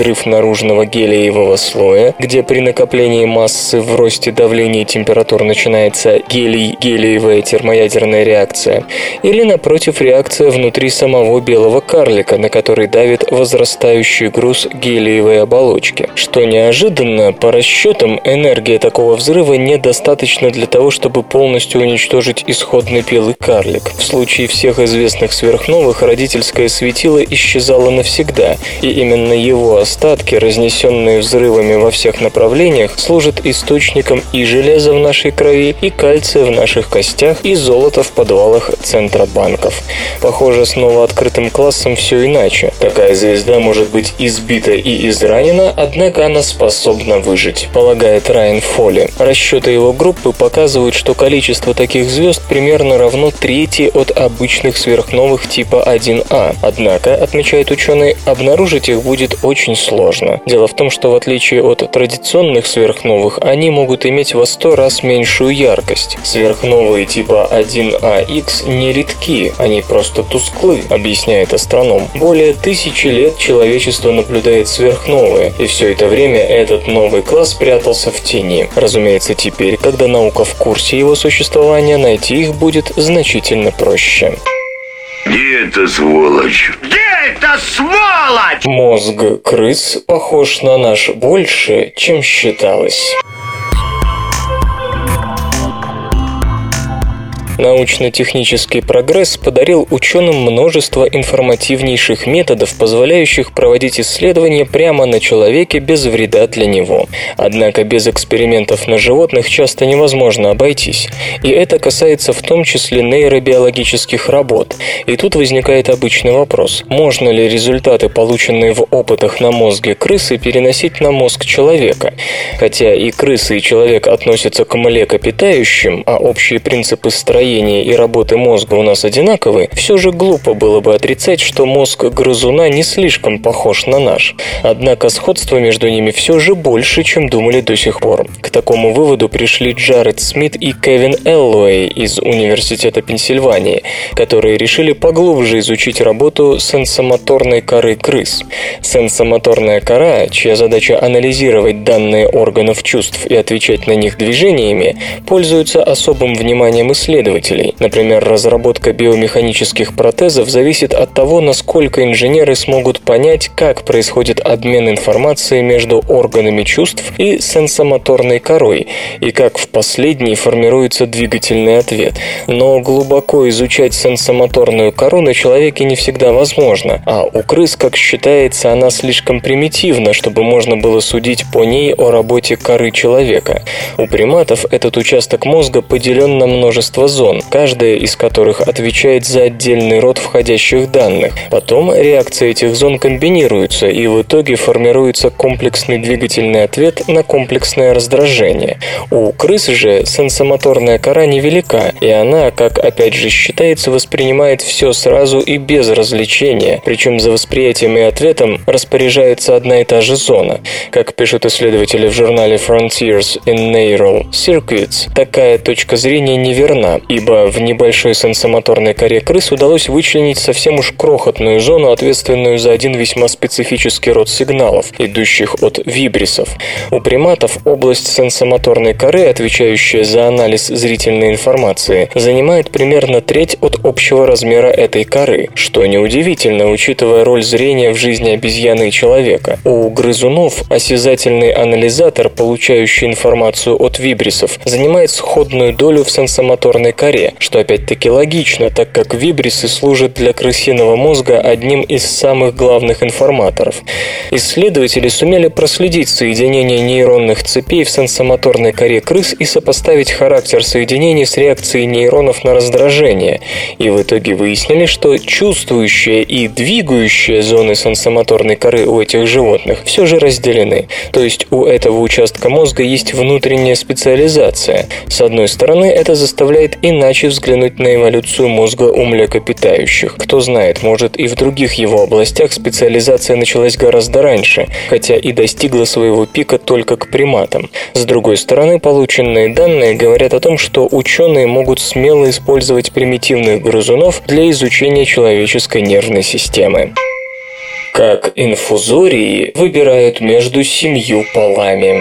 наружного гелиевого слоя, где при накоплении массы в росте давления и температур начинается гелиевая термоядерная реакция, или, напротив, реакция внутри самого белого карлика, на который давит возрастающий груз гелиевой оболочки. Что неожиданно, по расчетам, энергия такого взрыва недостаточна для того, чтобы полностью уничтожить исходный белый карлик. В случае всех известных сверхновых родительское светило исчезало навсегда, и именно его остатки, разнесенные взрывами во всех направлениях, служат источником и железа в нашей крови, и кальция в наших костях, и золота в подвалах центробанков. Похоже, с новооткрытым классом все иначе. Такая звезда может быть избита и изранена, однако она способна выжить, полагает Райан Фолли. Расчеты его группы показывают, что количество таких звезд примерно равно трети от обычных сверхновых типа 1А. Однако, отмечает ученый, обнаружить их будет очень сложно. Дело в том, что в отличие от традиционных сверхновых, они могут иметь во 100 раз меньшую яркость. Сверхновые типа 1АX не редки, они просто тусклы, объясняет астроном. Более 1000 лет человечество наблюдает сверхновые, и все это время этот новый класс прятался в тени. Разумеется, теперь, когда наука в курсе его существования, найти их будет значительно проще. Где эта сволочь? Где эта сволочь? Мозг крыс похож на наш больше, чем считалось. Научно-технический прогресс подарил ученым множество информативнейших методов, позволяющих проводить исследования прямо на человеке без вреда для него. Однако без экспериментов на животных часто невозможно обойтись. И это касается в том числе нейробиологических работ. И тут возникает обычный вопрос: можно ли результаты, полученные в опытах на мозге крысы, переносить на мозг человека? Хотя и крысы, и человек относятся к млекопитающим, а общие принципы строения и работы мозга у нас одинаковы, все же глупо было бы отрицать, что мозг грызуна не слишком похож на наш. Однако сходство между ними все же больше, чем думали до сих пор. К такому выводу пришли Джаред Смит и Кевин Эллоуэй из Университета Пенсильвании, которые решили поглубже изучить работу сенсомоторной коры крыс. Сенсомоторная кора, чья задача анализировать данные органов чувств и отвечать на них движениями, пользуется особым вниманием исследователей. Например, разработка биомеханических протезов зависит от того, насколько инженеры смогут понять, как происходит обмен информацией между органами чувств и сенсомоторной корой, и как в последней формируется двигательный ответ. Но глубоко изучать сенсомоторную кору на человеке не всегда возможно, а у крыс, как считается, она слишком примитивна, чтобы можно было судить по ней о работе коры человека. У приматов этот участок мозга поделен на множество зон, каждая из которых отвечает за отдельный род входящих данных. Потом реакции этих зон комбинируются, и в итоге формируется комплексный двигательный ответ на комплексное раздражение. У крыс же сенсомоторная кора невелика, и она, как опять же считается, воспринимает все сразу и без развлечения, причем за восприятием и ответом распоряжается одна и та же зона. Как пишут исследователи в журнале Frontiers in Neural Circuits, такая точка зрения неверна, ибо в небольшой сенсомоторной коре крыс удалось вычленить совсем уж крохотную зону, ответственную за один весьма специфический род сигналов, идущих от вибрисов. У приматов область сенсомоторной коры, отвечающая за анализ зрительной информации, занимает примерно треть от общего размера этой коры, что неудивительно, учитывая роль зрения в жизни обезьяны и человека. У грызунов осязательный анализатор, получающий информацию от вибрисов, занимает сходную долю в сенсомоторной коре, что опять-таки логично, так как вибрисы служат для крысиного мозга одним из самых главных информаторов. Исследователи сумели проследить соединение нейронных цепей в сенсомоторной коре крыс и сопоставить характер соединений с реакцией нейронов на раздражение, и в итоге выяснили, что чувствующая и двигающая зоны сенсомоторной коры у этих животных все же разделены, то есть у этого участка мозга есть внутренняя специализация. С одной стороны, это заставляет иначе взглянуть на эволюцию мозга у млекопитающих. Кто знает, может и в других его областях специализация началась гораздо раньше, хотя и достигла своего пика только к приматам. С другой стороны, полученные данные говорят о том, что ученые могут смело использовать примитивных грызунов для изучения человеческой нервной системы. Как инфузории выбирают между 7 полами.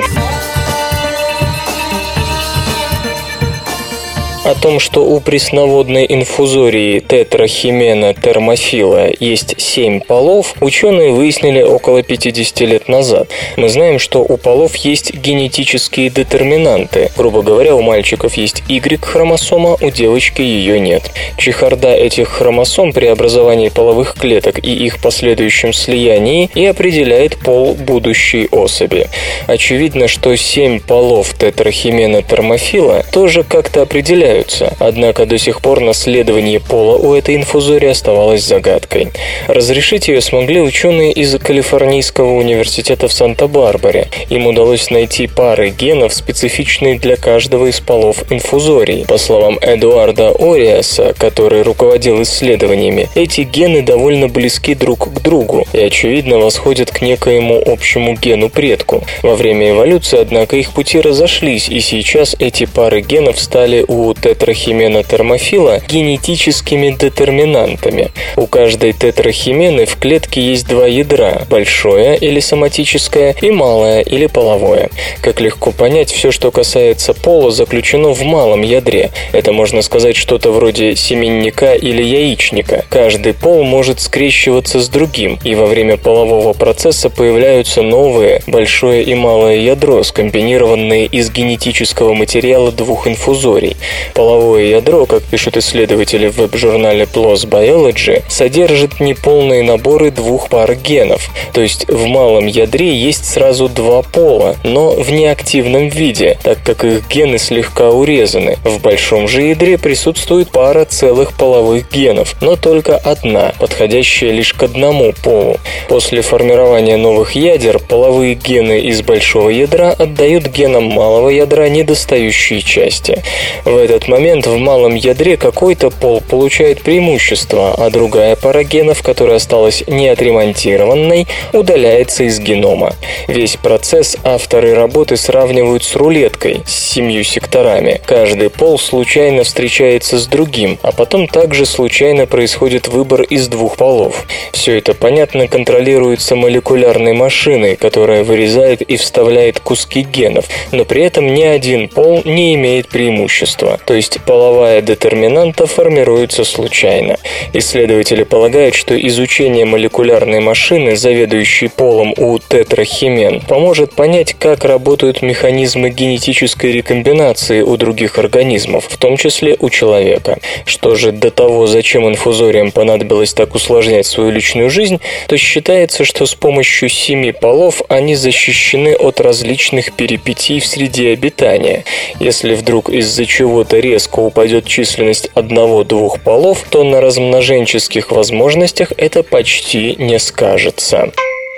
О том, что у пресноводной инфузории тетрахимена термофила есть 7 полов, ученые выяснили около 50 лет назад. Мы знаем, что у полов есть генетические детерминанты. Грубо говоря, у мальчиков есть Y-хромосома, у девочки ее нет. Чехарда этих хромосом при образовании половых клеток и их последующем слиянии и определяет пол будущей особи. Очевидно, что 7 полов тетрахимена термофила тоже как-то определяют. Однако до сих пор наследование пола у этой инфузории оставалось загадкой. Разрешить ее смогли ученые из Калифорнийского университета в Санта-Барбаре. Им удалось найти пары генов, специфичные для каждого из полов инфузорий. По словам Эдуарда Ориаса, который руководил исследованиями, эти гены довольно близки друг к другу и, очевидно, восходят к некоему общему гену-предку. Во время эволюции, однако, их пути разошлись, и сейчас эти пары генов стали у тетрахимена термофила генетическими детерминантами. У каждой тетрахимены в клетке есть 2 ядра – большое или соматическое и малое или половое. Как легко понять, все, что касается пола, заключено в малом ядре. Это можно сказать что-то вроде семенника или яичника. Каждый пол может скрещиваться с другим, и во время полового процесса появляются новые, большое и малое ядро, скомбинированные из генетического материала 2 инфузорий. Половое ядро, как пишут исследователи в веб-журнале PLOS Biology, содержит неполные наборы 2 пар генов, то есть в малом ядре есть сразу 2 пола, но в неактивном виде, так как их гены слегка урезаны. В большом же ядре присутствует пара целых половых генов, но только одна, подходящая лишь к одному полу. После формирования новых ядер половые гены из большого ядра отдают генам малого ядра недостающие части. В этот момент в малом ядре какой-то пол получает преимущество, а другая пара генов, которая осталась неотремонтированной, удаляется из генома. Весь процесс авторы работы сравнивают с рулеткой с 7 секторами. Каждый пол случайно встречается с другим, а потом также случайно происходит выбор из 2 полов. Все это, понятно, контролируется молекулярной машиной, которая вырезает и вставляет куски генов, но при этом ни один пол не имеет преимущества. То есть половая детерминанта формируется случайно. Исследователи полагают, что изучение молекулярной машины, заведующей полом у тетрахимен, поможет понять, как работают механизмы генетической рекомбинации у других организмов, в том числе у человека. Что же до того, зачем инфузориям понадобилось так усложнять свою личную жизнь, то считается, что с помощью 7 полов они защищены от различных перипетий в среде обитания. Если вдруг из-за чего-то резко упадет численность 1-2 полов, то на размноженческих возможностях это почти не скажется.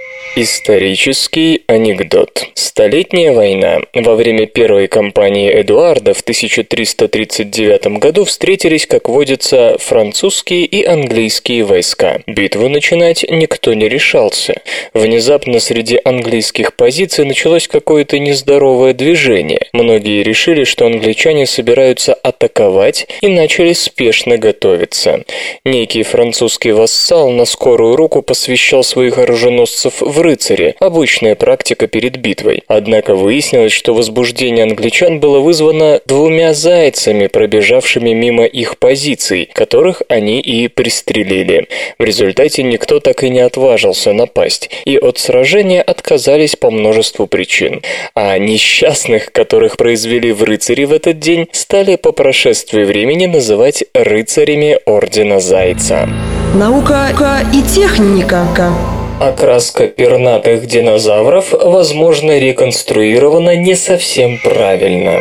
Исторический анекдот. Столетняя война. Во время первой кампании Эдуарда в 1339 году встретились, как водится, французские и английские войска. Битву начинать никто не решался. Внезапно среди английских позиций началось какое-то нездоровое движение. Многие решили, что англичане собираются атаковать, и начали спешно готовиться. Некий французский вассал на скорую руку посвящал своих оруженосцев в рыцари, обычная практика перед битвой. Однако выяснилось, что возбуждение англичан было вызвано 2 зайцами, пробежавшими мимо их позиций, которых они и пристрелили. В результате никто так и не отважился напасть, и от сражения отказались по множеству причин. А несчастных, которых произвели в рыцари в этот день, стали по прошествии времени называть рыцарями Ордена Зайца. Наука и техника. Окраска пернатых динозавров, возможно, реконструирована не совсем правильно.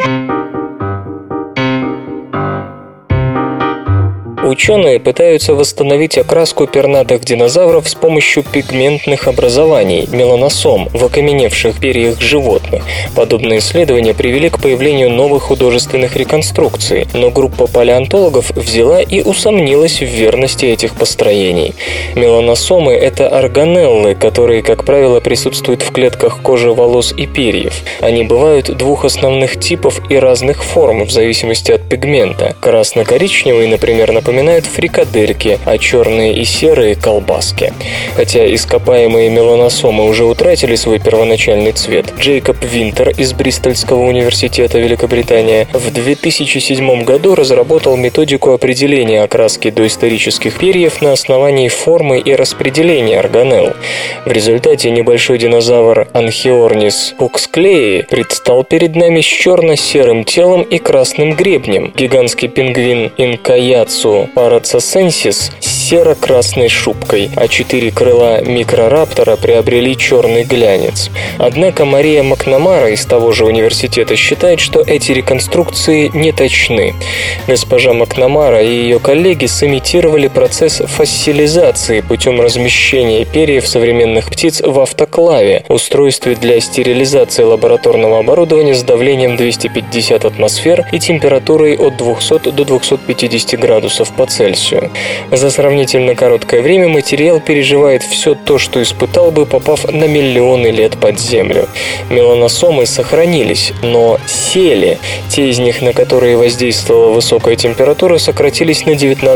Ученые пытаются восстановить окраску пернатых динозавров с помощью пигментных образований, меланосом, в окаменевших перьях животных. Подобные исследования привели к появлению новых художественных реконструкций, но группа палеонтологов взяла и усомнилась в верности этих построений. Меланосомы – это органеллы, которые, как правило, присутствуют в клетках кожи, волос и перьев. Они бывают 2 основных типов и разных форм в зависимости от пигмента. Красно-коричневый, например, напоминает напоминают фрикадельки, а черные и серые – колбаски. Хотя ископаемые меланосомы уже утратили свой первоначальный цвет, Джейкоб Винтер из Бристольского университета Великобритания в 2007 году разработал методику определения окраски доисторических перьев на основании формы и распределения органелл. В результате небольшой динозавр Анхиорнис уксклеи предстал перед нами с черно-серым телом и красным гребнем. Гигантский пингвин Инкаяцу парацесенсис с серо-красной шубкой, а 4 крыла микрораптора приобрели черный глянец. Однако Мария Макнамара из того же университета считает, что эти реконструкции не точны. Госпожа Макнамара и ее коллеги сымитировали процесс фоссилизации путем размещения перьев современных птиц в автоклаве, устройстве для стерилизации лабораторного оборудования с давлением 250 атмосфер и температурой от 200 до 250 градусов по Цельсию. За сравнительно короткое время материал переживает все то, что испытал бы, попав на миллионы лет под землю. Меланосомы сохранились, но сели. Те из них, на которые воздействовала высокая температура, сократились на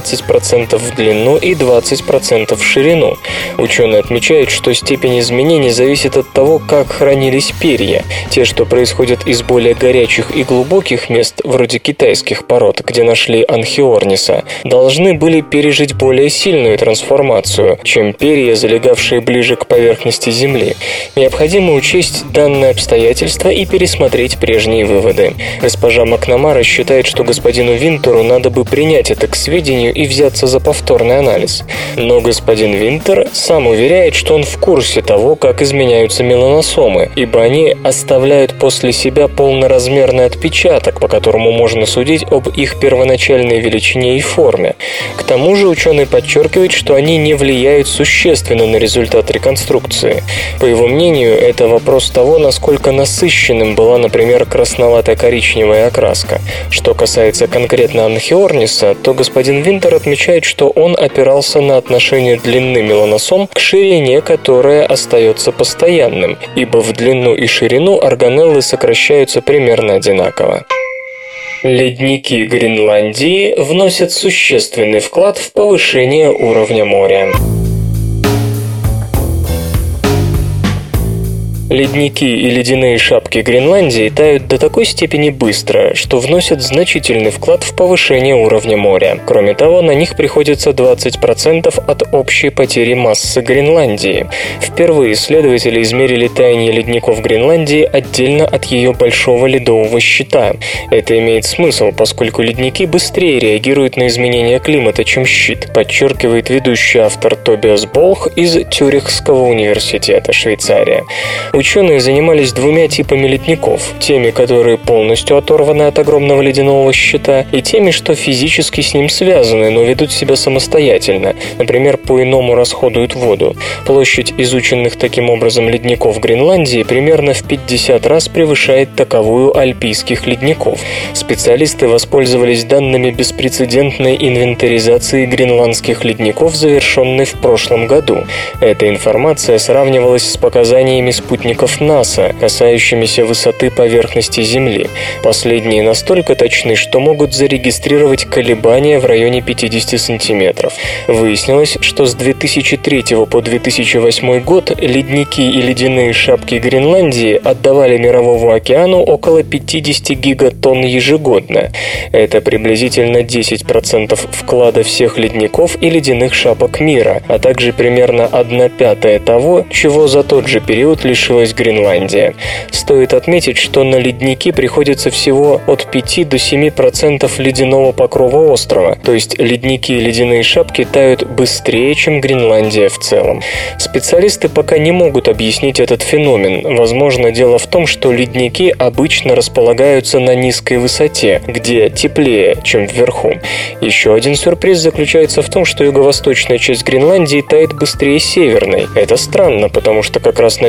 19% в длину и 20% в ширину. Ученые отмечают, что степень изменений зависит от того, как хранились перья. Те, что происходят из более горячих и глубоких мест, вроде китайских пород, где нашли Анхиорниса, должны были пережить более сильную трансформацию, чем перья, залегавшие ближе к поверхности Земли. Необходимо учесть данное обстоятельство и пересмотреть прежние выводы. Госпожа Макнамара считает, что господину Винтеру надо бы принять это к сведению и взяться за повторный анализ. Но господин Винтер сам уверяет, что он в курсе того, как изменяются меланосомы, ибо они оставляют после себя полноразмерный отпечаток, по которому можно судить об их первоначальной величине и форме. К тому же ученый подчеркивает, что они не влияют существенно на результат реконструкции. По его мнению, это вопрос того, насколько насыщенным была, например, красновато-коричневая окраска. Что касается конкретно Анхиорниса, то господин Винтер отмечает, что он опирался на отношение длины меланосом к ширине, которая остается постоянным, ибо в длину и ширину органеллы сокращаются примерно одинаково. Ледники Гренландии вносят существенный вклад в повышение уровня моря. Ледники и ледяные шапки Гренландии тают до такой степени быстро, что вносят значительный вклад в повышение уровня моря. Кроме того, на них приходится 20% от общей потери массы Гренландии. Впервые исследователи измерили таяние ледников Гренландии отдельно от ее большого ледового щита. Это имеет смысл, поскольку ледники быстрее реагируют на изменения климата, чем щит, подчеркивает ведущий автор Тобиас Болх из Цюрихского университета, Швейцария. Ученые занимались двумя типами ледников: теми, которые полностью оторваны от огромного ледяного щита, и теми, что физически с ним связаны, но ведут себя самостоятельно, например, по-иному расходуют воду. Площадь изученных таким образом ледников Гренландии примерно в 50 раз превышает таковую альпийских ледников. Специалисты воспользовались данными беспрецедентной инвентаризации гренландских ледников, завершенной в прошлом году. Эта информация сравнивалась с показаниями спутников НАСА, касающимися высоты поверхности Земли. Последние настолько точны, что могут зарегистрировать колебания в районе 50 сантиметров. Выяснилось, что с 2003 по 2008 год ледники и ледяные шапки Гренландии отдавали Мировому океану около 50 гигатонн ежегодно. Это приблизительно 10% вклада всех ледников и ледяных шапок мира, а также примерно 1/5 того, чего за тот же период лишилась Гренландия. Стоит отметить, что на ледники приходится всего от 5 до 7% ледяного покрова острова, то есть ледники и ледяные шапки тают быстрее, чем Гренландия в целом. Специалисты пока не могут объяснить этот феномен. Возможно, дело в том, что ледники обычно располагаются на низкой высоте, где теплее, чем вверху. Еще один сюрприз заключается в том, что юго-восточная часть Гренландии тает быстрее северной. Это странно, потому что как раз на юго-востоке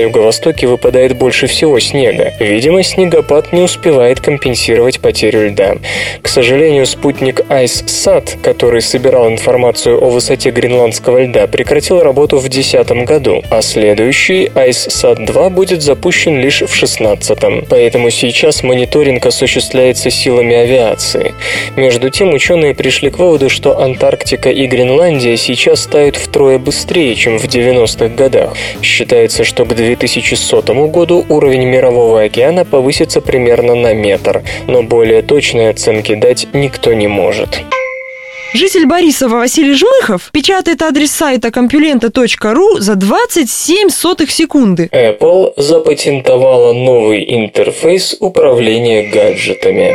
востоке выпадает больше всего снега. Видимо, снегопад не успевает компенсировать потерю льда. К сожалению, спутник IceSat, который собирал информацию о высоте гренландского льда, прекратил работу в 2010 году, а следующий IceSat-2 будет запущен лишь в 2016. Поэтому сейчас мониторинг осуществляется силами авиации. Между тем, ученые пришли к выводу, что Антарктика и Гренландия сейчас тают втрое быстрее, чем в 90-х годах. Считается, что к 2100 году уровень Мирового океана повысится примерно на метр, но более точные оценки дать никто не может. Житель Борисова Василий Жмыхов печатает адрес сайта compulenta.ru за 27 секунды. Apple запатентовала новый интерфейс управления гаджетами.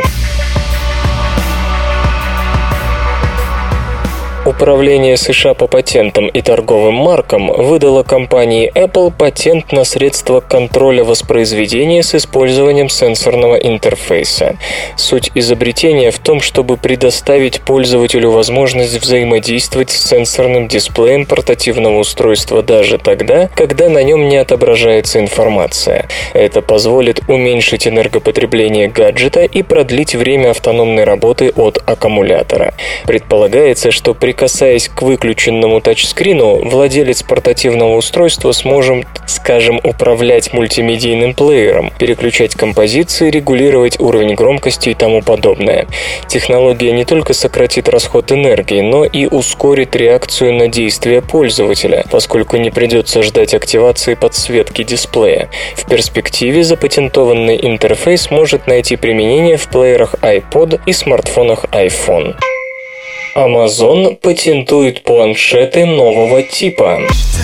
Управление США по патентам и торговым маркам выдало компании Apple патент на средства контроля воспроизведения с использованием сенсорного интерфейса. Суть изобретения в том, чтобы предоставить пользователю возможность взаимодействовать с сенсорным дисплеем портативного устройства даже тогда, когда на нем не отображается информация. Это позволит уменьшить энергопотребление гаджета и продлить время автономной работы от аккумулятора. Предполагается, что прикасаясь к выключенному тачскрину, владелец портативного устройства сможет, скажем, управлять мультимедийным плеером, переключать композиции, регулировать уровень громкости и тому подобное. Технология не только сократит расход энергии, но и ускорит реакцию на действия пользователя, поскольку не придется ждать активации подсветки дисплея. В перспективе запатентованный интерфейс может найти применение в плеерах iPod и смартфонах iPhone. Amazon патентует планшеты нового типа.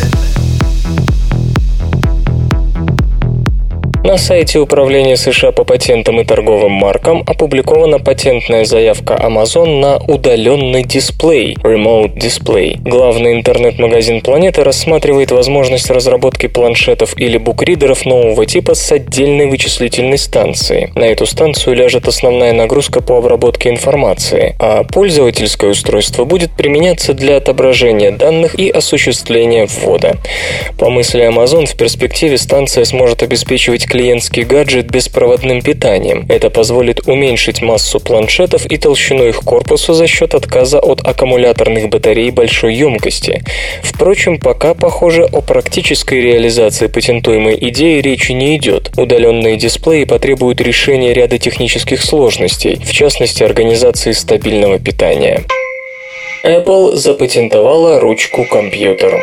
На сайте Управления США по патентам и торговым маркам опубликована патентная заявка Amazon на удаленный дисплей (Remote Display). Главный интернет-магазин планеты рассматривает возможность разработки планшетов или букридеров нового типа с отдельной вычислительной станцией. На эту станцию ляжет основная нагрузка по обработке информации, а пользовательское устройство будет применяться для отображения данных и осуществления ввода. По мысли Amazon, в перспективе станция сможет обеспечивать клиентский гаджет беспроводным питанием. Это позволит уменьшить массу планшетов и толщину их корпуса за счет отказа от аккумуляторных батарей большой емкости. Впрочем, пока, похоже, о практической реализации патентуемой идеи речи не идет. Удаленные дисплеи потребуют решения ряда технических сложностей, в частности, организации стабильного питания. Apple запатентовала ручку-компьютер.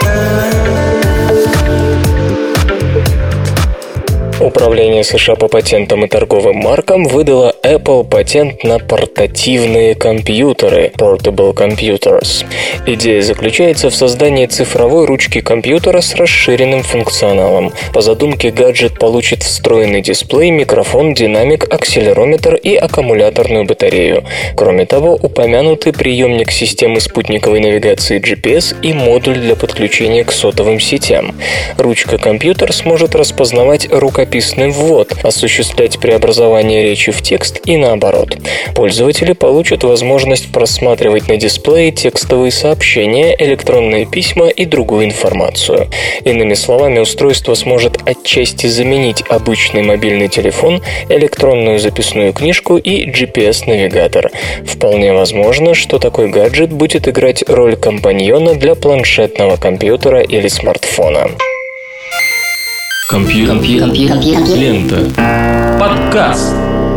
Управление США по патентам и торговым маркам выдало Apple патент на портативные компьютеры (Portable Computers). Идея заключается в создании цифровой ручки компьютера с расширенным функционалом. По задумке, гаджет получит встроенный дисплей, микрофон, динамик, акселерометр и аккумуляторную батарею. Кроме того, упомянуты приемник системы спутниковой навигации GPS и модуль для подключения к сотовым сетям. Ручка-компьютер сможет распознавать рукописный ввод, осуществлять преобразование речи в текст и наоборот. Пользователи получат возможность просматривать на дисплее текстовые сообщения, электронные письма и другую информацию. Иными словами, устройство сможет отчасти заменить обычный мобильный телефон, электронную записную книжку и GPS-навигатор. Вполне возможно, что такой гаджет будет играть роль компаньона для планшетного компьютера или смартфона. Лента. Подкаст.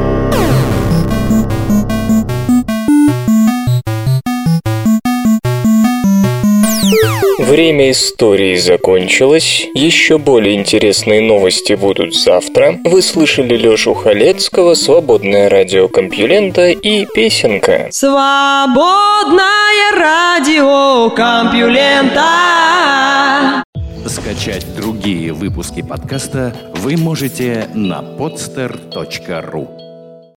Время истории закончилось. Еще более интересные новости будут завтра. Вы слышали Лешу Халецкого, «Свободное радио Компьюлента» и песенка. Свободное радио Компьюлента. Скачать другие выпуски подкаста вы можете на podster.ru.